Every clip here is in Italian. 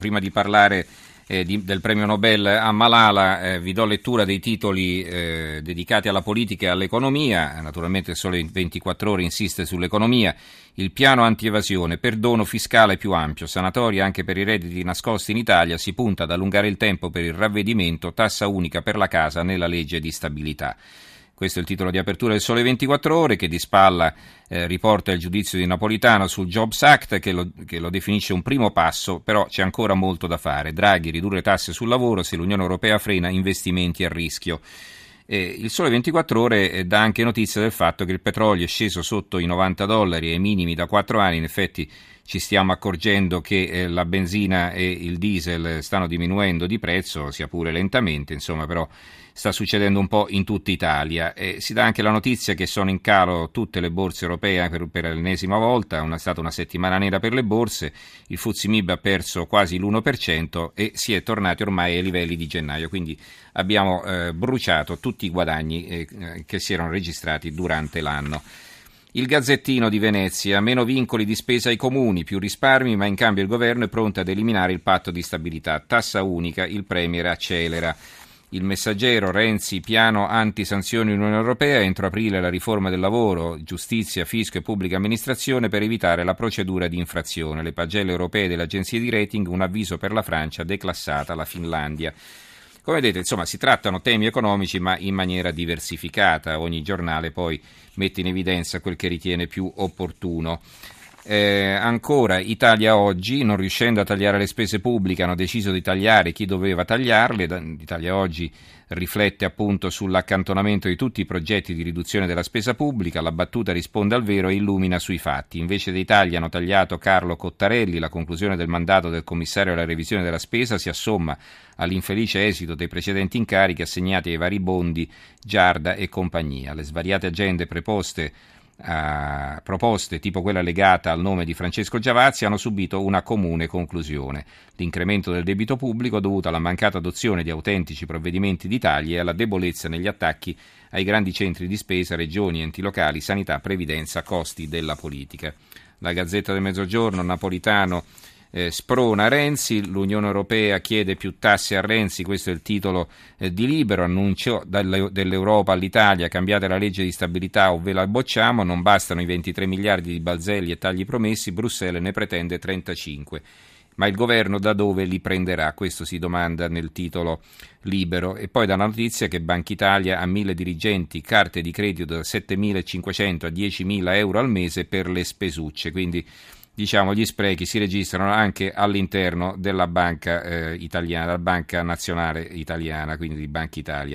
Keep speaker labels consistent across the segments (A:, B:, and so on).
A: prima di parlare del premio Nobel a Malala, vi do lettura dei titoli dedicati alla politica e all'economia. Naturalmente Sole 24 Ore insiste sull'economia. Il piano anti-evasione, perdono fiscale più ampio, sanatoria anche per i redditi nascosti in Italia, si punta ad allungare il tempo per il ravvedimento, tassa unica per la casa nella legge di stabilità. Questo è il titolo di apertura del Sole 24 Ore, che di spalla riporta il giudizio di Napolitano sul Jobs Act, che lo definisce un primo passo, però c'è ancora molto da fare. Draghi, ridurre tasse sul lavoro se l'Unione Europea frena investimenti a rischio. Il Sole 24 Ore dà anche notizia del fatto che il petrolio è sceso sotto i $90 ai minimi da 4 anni. In effetti ci stiamo accorgendo che la benzina e il diesel stanno diminuendo di prezzo, sia pure lentamente, insomma, però sta succedendo un po' in tutta Italia. Si dà anche la notizia che sono in calo tutte le borse europee per l'ennesima volta, è stata una settimana nera per le borse, il FTSE MIB ha perso quasi l'1% e si è tornati ormai ai livelli di gennaio, quindi abbiamo bruciato tutti i guadagni che si erano registrati durante l'anno. Il Gazzettino di Venezia, meno vincoli di spesa ai comuni, più risparmi, ma in cambio il governo è pronto ad eliminare il patto di stabilità, tassa unica, il Premier accelera. Il Messaggero, Renzi, piano anti-sanzioni Unione Europea, entro aprile la riforma del lavoro, giustizia, fisco e pubblica amministrazione per evitare la procedura di infrazione. Le pagelle europee delle agenzie di rating, un avviso per la Francia, declassata la Finlandia. Come vedete, insomma, si trattano temi economici ma in maniera diversificata. Ogni giornale poi mette in evidenza quel che ritiene più opportuno. Ancora Italia Oggi, non riuscendo a tagliare le spese pubbliche hanno deciso di tagliare chi doveva tagliarle. Italia Oggi riflette appunto sull'accantonamento di tutti i progetti di riduzione della spesa pubblica, la battuta risponde al vero e illumina sui fatti. Invece dei tagli hanno tagliato Carlo Cottarelli, la conclusione del mandato del commissario alla revisione della spesa si assomma all'infelice esito dei precedenti incarichi assegnati ai vari Bondi, Giarda e compagnia. Le svariate agende proposte tipo quella legata al nome di Francesco Giavazzi hanno subito una comune conclusione: l'incremento del debito pubblico dovuto alla mancata adozione di autentici provvedimenti di tagli e alla debolezza negli attacchi ai grandi centri di spesa, regioni, enti locali, sanità, previdenza, costi della politica. La Gazzetta del Mezzogiorno, Napolitano sprona Renzi, l'Unione Europea chiede più tasse a Renzi, questo è il titolo di Libero, annuncio dell'Europa all'Italia, cambiate la legge di stabilità o ve la bocciamo, non bastano i 23 miliardi di balzelli e tagli promessi, Bruxelles ne pretende 35. Ma il governo da dove li prenderà? Questo si domanda nel titolo Libero. E poi dà la notizia che Banca Italia ha 1.000 dirigenti, carte di credito da 7.500 a 10.000 euro al mese per le spesucce, quindi diciamo gli sprechi si registrano anche all'interno della banca italiana, la banca nazionale italiana, quindi di Banca Italia.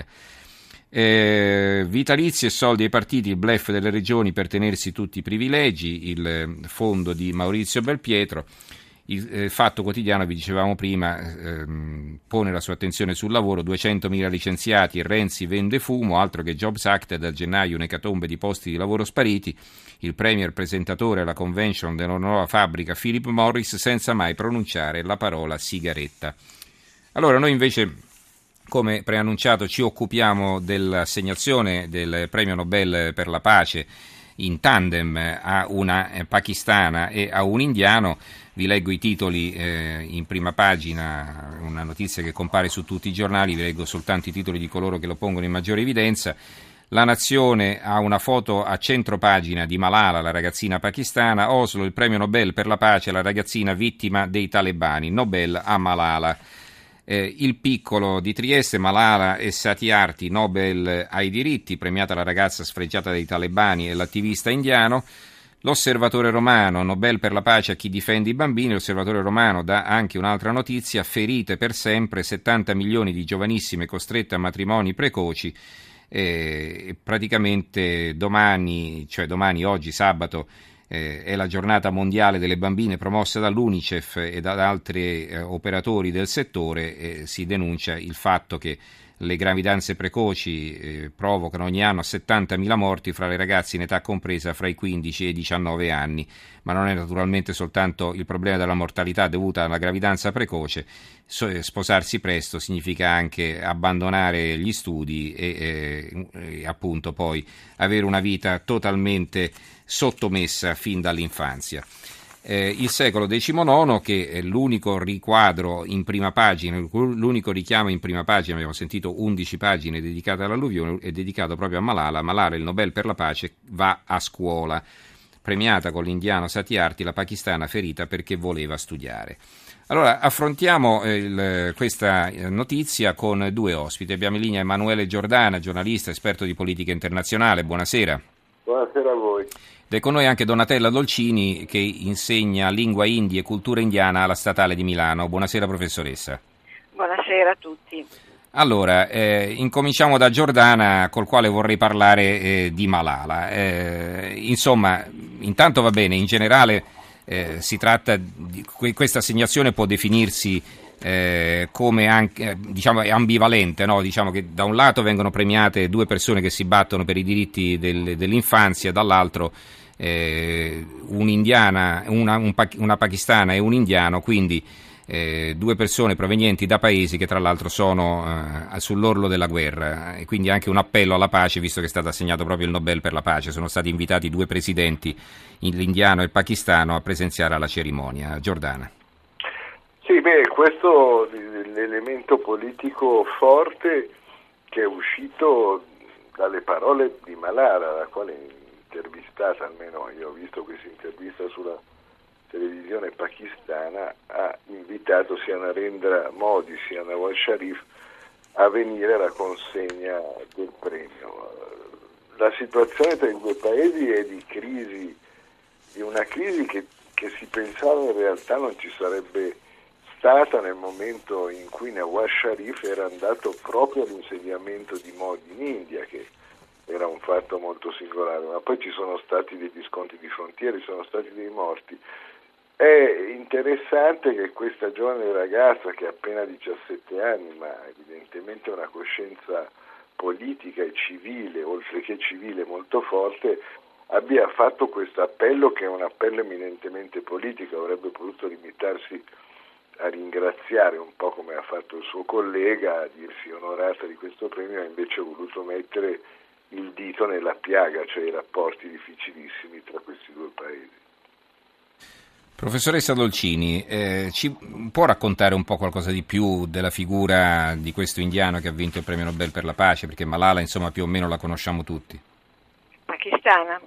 A: Vitalizi e soldi ai partiti, il bluff delle regioni per tenersi tutti i privilegi, il fondo di Maurizio Belpietro. Il Fatto Quotidiano, vi dicevamo prima, pone la sua attenzione sul lavoro, 200.000 licenziati e Renzi vende fumo, altro che Jobs Act, da gennaio un'ecatombe di posti di lavoro spariti, il Premier presentatore alla convention della nuova fabbrica Philip Morris senza mai pronunciare la parola sigaretta. Allora noi invece, come preannunciato, ci occupiamo dell'assegnazione del premio Nobel per la pace in tandem a una pakistana e a un indiano. Vi leggo i titoli in prima pagina, una notizia che compare su tutti i giornali, vi leggo soltanto i titoli di coloro che lo pongono in maggiore evidenza. La Nazione ha una foto a centropagina di Malala, la ragazzina pakistana. Oslo, il premio Nobel per la pace alla ragazzina vittima dei talebani, Nobel a Malala. Il Piccolo di Trieste, Malala e Satyarthi, Nobel ai diritti, premiata la ragazza sfregiata dai talebani e l'attivista indiano. L'Osservatore Romano, Nobel per la pace a chi difende i bambini. L'Osservatore Romano dà anche un'altra notizia, ferite per sempre, 70 milioni di giovanissime costrette a matrimoni precoci. Praticamente domani, oggi sabato, è la giornata mondiale delle bambine promossa dall'UNICEF e da altri operatori del settore. Si denuncia il fatto che le gravidanze precoci provocano ogni anno 70.000 morti fra le ragazze in età compresa fra i 15 e i 19 anni, ma non è naturalmente soltanto il problema della mortalità dovuta alla gravidanza precoce. Sposarsi presto significa anche abbandonare gli studi e appunto poi avere una vita totalmente sottomessa fin dall'infanzia. il secolo XIX, che è l'unico riquadro in prima pagina, l'unico richiamo in prima pagina, abbiamo sentito 11 pagine dedicate all'alluvione, è dedicato proprio a Malala. Malala, il Nobel per la pace, va a scuola, premiata con l'indiano Satyarthi, la pakistana ferita perché voleva studiare. Allora, affrontiamo questa notizia con due ospiti. Abbiamo in linea Emanuele Giordana, giornalista, esperto di politica internazionale. Buonasera.
B: Buonasera a voi.
A: Ed è con noi anche Donatella Dolcini, che insegna lingua indie e cultura indiana alla Statale di Milano. Buonasera, professoressa.
C: Buonasera a tutti.
A: Allora, incominciamo da Giordana, col quale vorrei parlare di Malala. Insomma, intanto va bene, in generale si tratta di questa assegnazione può definirsi come anche, diciamo, ambivalente, no? Diciamo che da un lato vengono premiate due persone che si battono per i diritti dell'infanzia, dall'altro un'indiana, una pakistana e un indiano, quindi due persone provenienti da paesi che tra l'altro sono sull'orlo della guerra, e quindi anche un appello alla pace, visto che è stato assegnato proprio il Nobel per la pace. Sono stati invitati due presidenti, l'indiano e il pakistano, a presenziare alla cerimonia. Giordana.
B: Sì, questo è l'elemento politico forte che è uscito dalle parole di Malala, la quale intervistata, almeno io ho visto questa intervista sulla televisione pakistana, ha invitato sia Narendra Modi sia Nawaz Sharif a venire alla consegna del premio. La situazione tra i due paesi è di crisi, di una crisi che si pensava in realtà non ci sarebbe stata nel momento in cui Nawaz Sharif era andato proprio all'insediamento di Modi in India, che era un fatto molto singolare, ma poi ci sono stati degli scontri di frontiere, ci sono stati dei morti. È interessante che questa giovane ragazza, che ha appena 17 anni, ma evidentemente una coscienza politica e civile, oltre che civile, molto forte, abbia fatto questo appello, che è un appello eminentemente politico. Avrebbe potuto limitarsi a ringraziare, un po' come ha fatto il suo collega, a dirsi onorata di questo premio, ha invece voluto mettere il dito nella piaga, cioè i rapporti difficilissimi tra questi due paesi.
A: Professoressa Dolcini, ci può raccontare un po' qualcosa di più della figura di questo indiano che ha vinto il premio Nobel per la pace? Perché Malala, insomma, più o meno la conosciamo tutti.
C: Pakistana?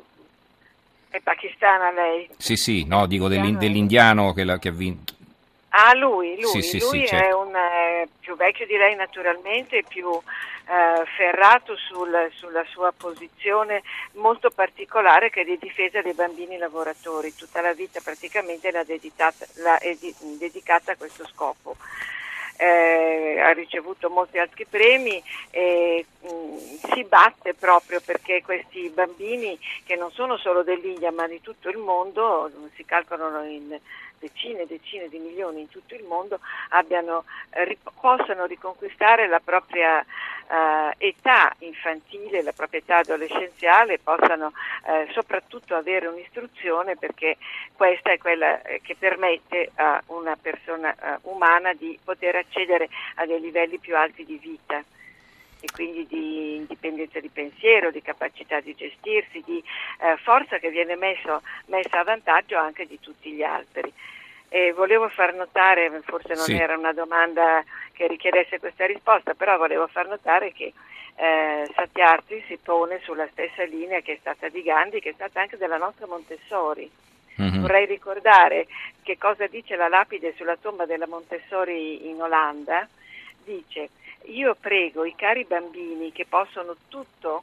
C: È pakistana lei?
A: Sì, no, dico dell'indiano che ha vinto.
C: Ah, lui
A: Sì,
C: lui
A: certo.
C: è un più vecchio di lei naturalmente, più ferrato sulla sua posizione molto particolare, che è di difesa dei bambini lavoratori. Tutta la vita praticamente è dedicata a questo scopo. Ha ricevuto molti altri premi e si batte proprio perché questi bambini, che non sono solo dell'India ma di tutto il mondo, si calcolano in decine e decine di milioni in tutto il mondo, possano riconquistare la propria età infantile, la propria età adolescenziale, possano soprattutto avere un'istruzione, perché questa è quella che permette a una persona umana di poter accedere a dei livelli più alti di vita, e quindi di indipendenza di pensiero, di capacità di gestirsi, di forza che viene messa a vantaggio anche di tutti gli altri. E volevo far notare, forse non era una domanda che richiedesse questa risposta, però volevo far notare che Satyarthi si pone sulla stessa linea che è stata di Gandhi, che è stata anche della nostra Montessori. Mm-hmm. Vorrei ricordare che cosa dice la lapide sulla tomba della Montessori in Olanda. Dice: io prego i cari bambini che possono tutto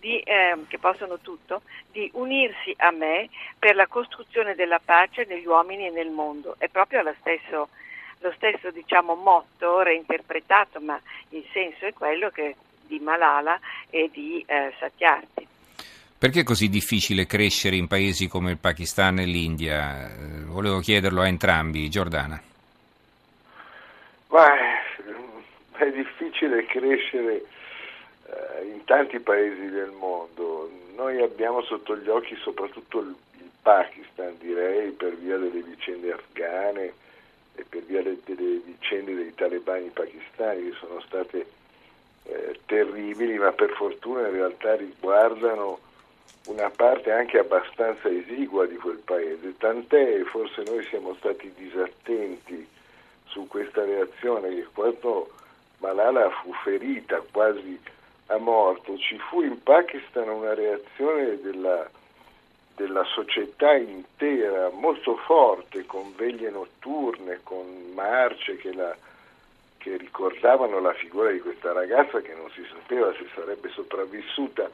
C: di unirsi a me per la costruzione della pace negli uomini e nel mondo. È proprio lo stesso diciamo motto reinterpretato, ma il senso è quello che di Malala e di Satyarthi.
A: Perché è così difficile crescere in paesi come il Pakistan e l'India? Volevo chiederlo a entrambi. Giordana.
B: È difficile crescere in tanti paesi del mondo. Noi abbiamo sotto gli occhi soprattutto il Pakistan, direi, per via delle vicende afghane e per via delle vicende dei talebani pakistani, che sono state terribili, ma per fortuna in realtà riguardano una parte anche abbastanza esigua di quel paese, tant'è forse noi siamo stati disattenti su questa reazione che quando Malala fu ferita quasi a morte, ci fu in Pakistan una reazione della società intera molto forte, con veglie notturne, con marce che ricordavano la figura di questa ragazza che non si sapeva se sarebbe sopravvissuta.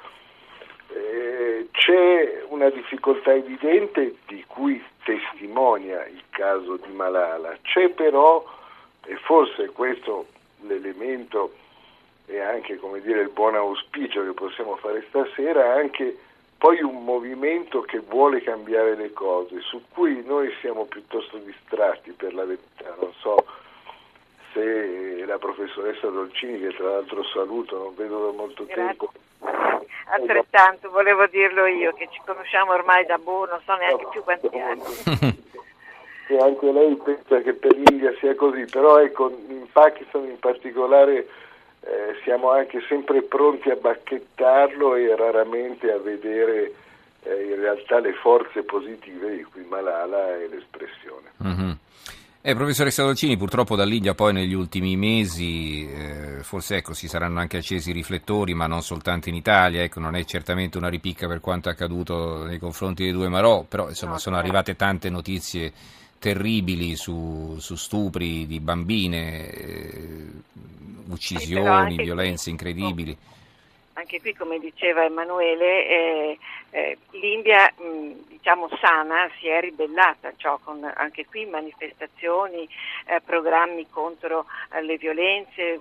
B: C'è una difficoltà evidente di cui testimonia il caso di Malala, c'è però, e forse questo l'elemento e anche, come dire, il buon auspicio che possiamo fare stasera, anche poi un movimento che vuole cambiare le cose, su cui noi siamo piuttosto distratti, per la verità. Non so se la professoressa Dolcini, che tra l'altro saluto, non vedo da molto tempo.
C: Altrettanto, volevo dirlo io, che ci conosciamo ormai da non so neanche più quanti anni.
B: Che anche lei pensa che per l'India sia così, però ecco, in Pakistan in particolare siamo anche sempre pronti a bacchettarlo e raramente a vedere in realtà le forze positive di cui Malala è l'espressione.
A: Mm-hmm. Professoressa Dolcini, purtroppo dall'India poi negli ultimi mesi forse si saranno anche accesi i riflettori, ma non soltanto in Italia, non è certamente una ripicca per quanto accaduto nei confronti dei due Marò, però insomma sono arrivate tante notizie terribili su stupri di bambine, uccisioni, violenze incredibili.
C: Anche qui, come diceva Emanuele, l'India, sana, si è ribellata, con anche qui manifestazioni, programmi contro le violenze,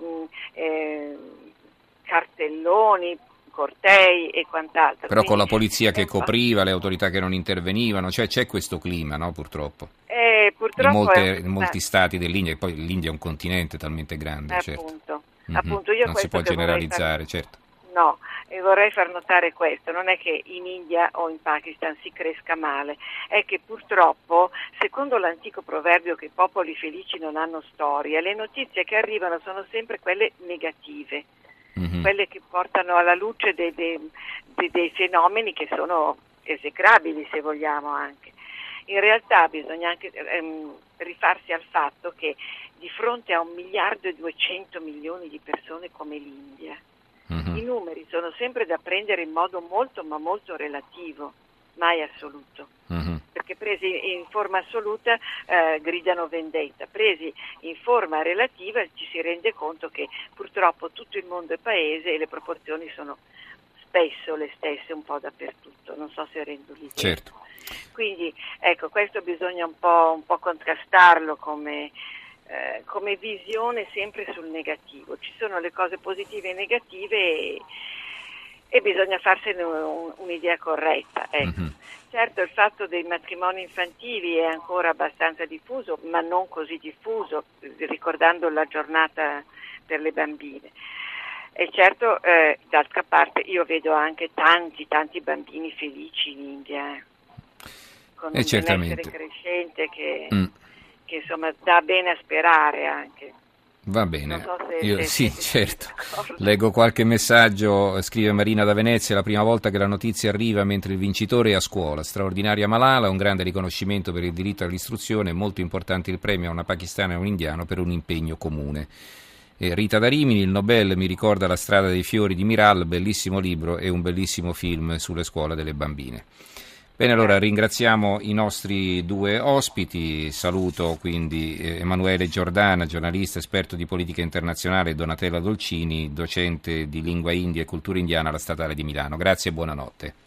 C: cartelloni, cortei e quant'altro.
A: Però con la polizia che copriva, le autorità che non intervenivano, c'è questo clima, no, purtroppo.
C: Purtroppo
A: in molti stati dell'India, e poi l'India è un continente talmente grande, certo.
C: Appunto, io
A: non si può generalizzare, certo.
C: No, e vorrei far notare questo, non è che in India o in Pakistan si cresca male, è che purtroppo, secondo l'antico proverbio che i popoli felici non hanno storia, le notizie che arrivano sono sempre quelle negative, quelle che portano alla luce dei fenomeni che sono esecrabili, se vogliamo anche. In realtà bisogna anche rifarsi al fatto che di fronte a 1.200.000.000 di persone come l'India, i numeri sono sempre da prendere in modo molto ma molto relativo, mai assoluto, perché presi in forma assoluta gridano vendetta, presi in forma relativa ci si rende conto che purtroppo tutto il mondo è paese e le proporzioni sono spesso le stesse un po' dappertutto, non so se rendo l'idea.
A: Certo.
C: Quindi questo bisogna un po' contrastarlo come visione sempre sul negativo. Ci sono le cose positive e negative e bisogna farsene un'idea corretta. Certo, il fatto dei matrimoni infantili è ancora abbastanza diffuso, ma non così diffuso, ricordando la giornata per le bambine. E certo, d'altra parte, io vedo anche tanti bambini felici in India, con un benessere crescente che insomma dà bene a sperare anche.
A: Va bene,
C: non so
A: certo. Leggo qualche messaggio, scrive Marina da Venezia: la prima volta che la notizia arriva mentre il vincitore è a scuola, straordinaria Malala, un grande riconoscimento per il diritto all'istruzione, molto importante il premio a una pakistana e a un indiano per un impegno comune. Rita da Rimini: il Nobel mi ricorda La strada dei fiori di Miral, bellissimo libro e un bellissimo film sulle scuole delle bambine. Bene, allora ringraziamo i nostri due ospiti, saluto quindi Emanuele Giordana, giornalista, esperto di politica internazionale, e Donatella Dolcini, docente di lingua india e cultura indiana alla Statale di Milano. Grazie e buonanotte.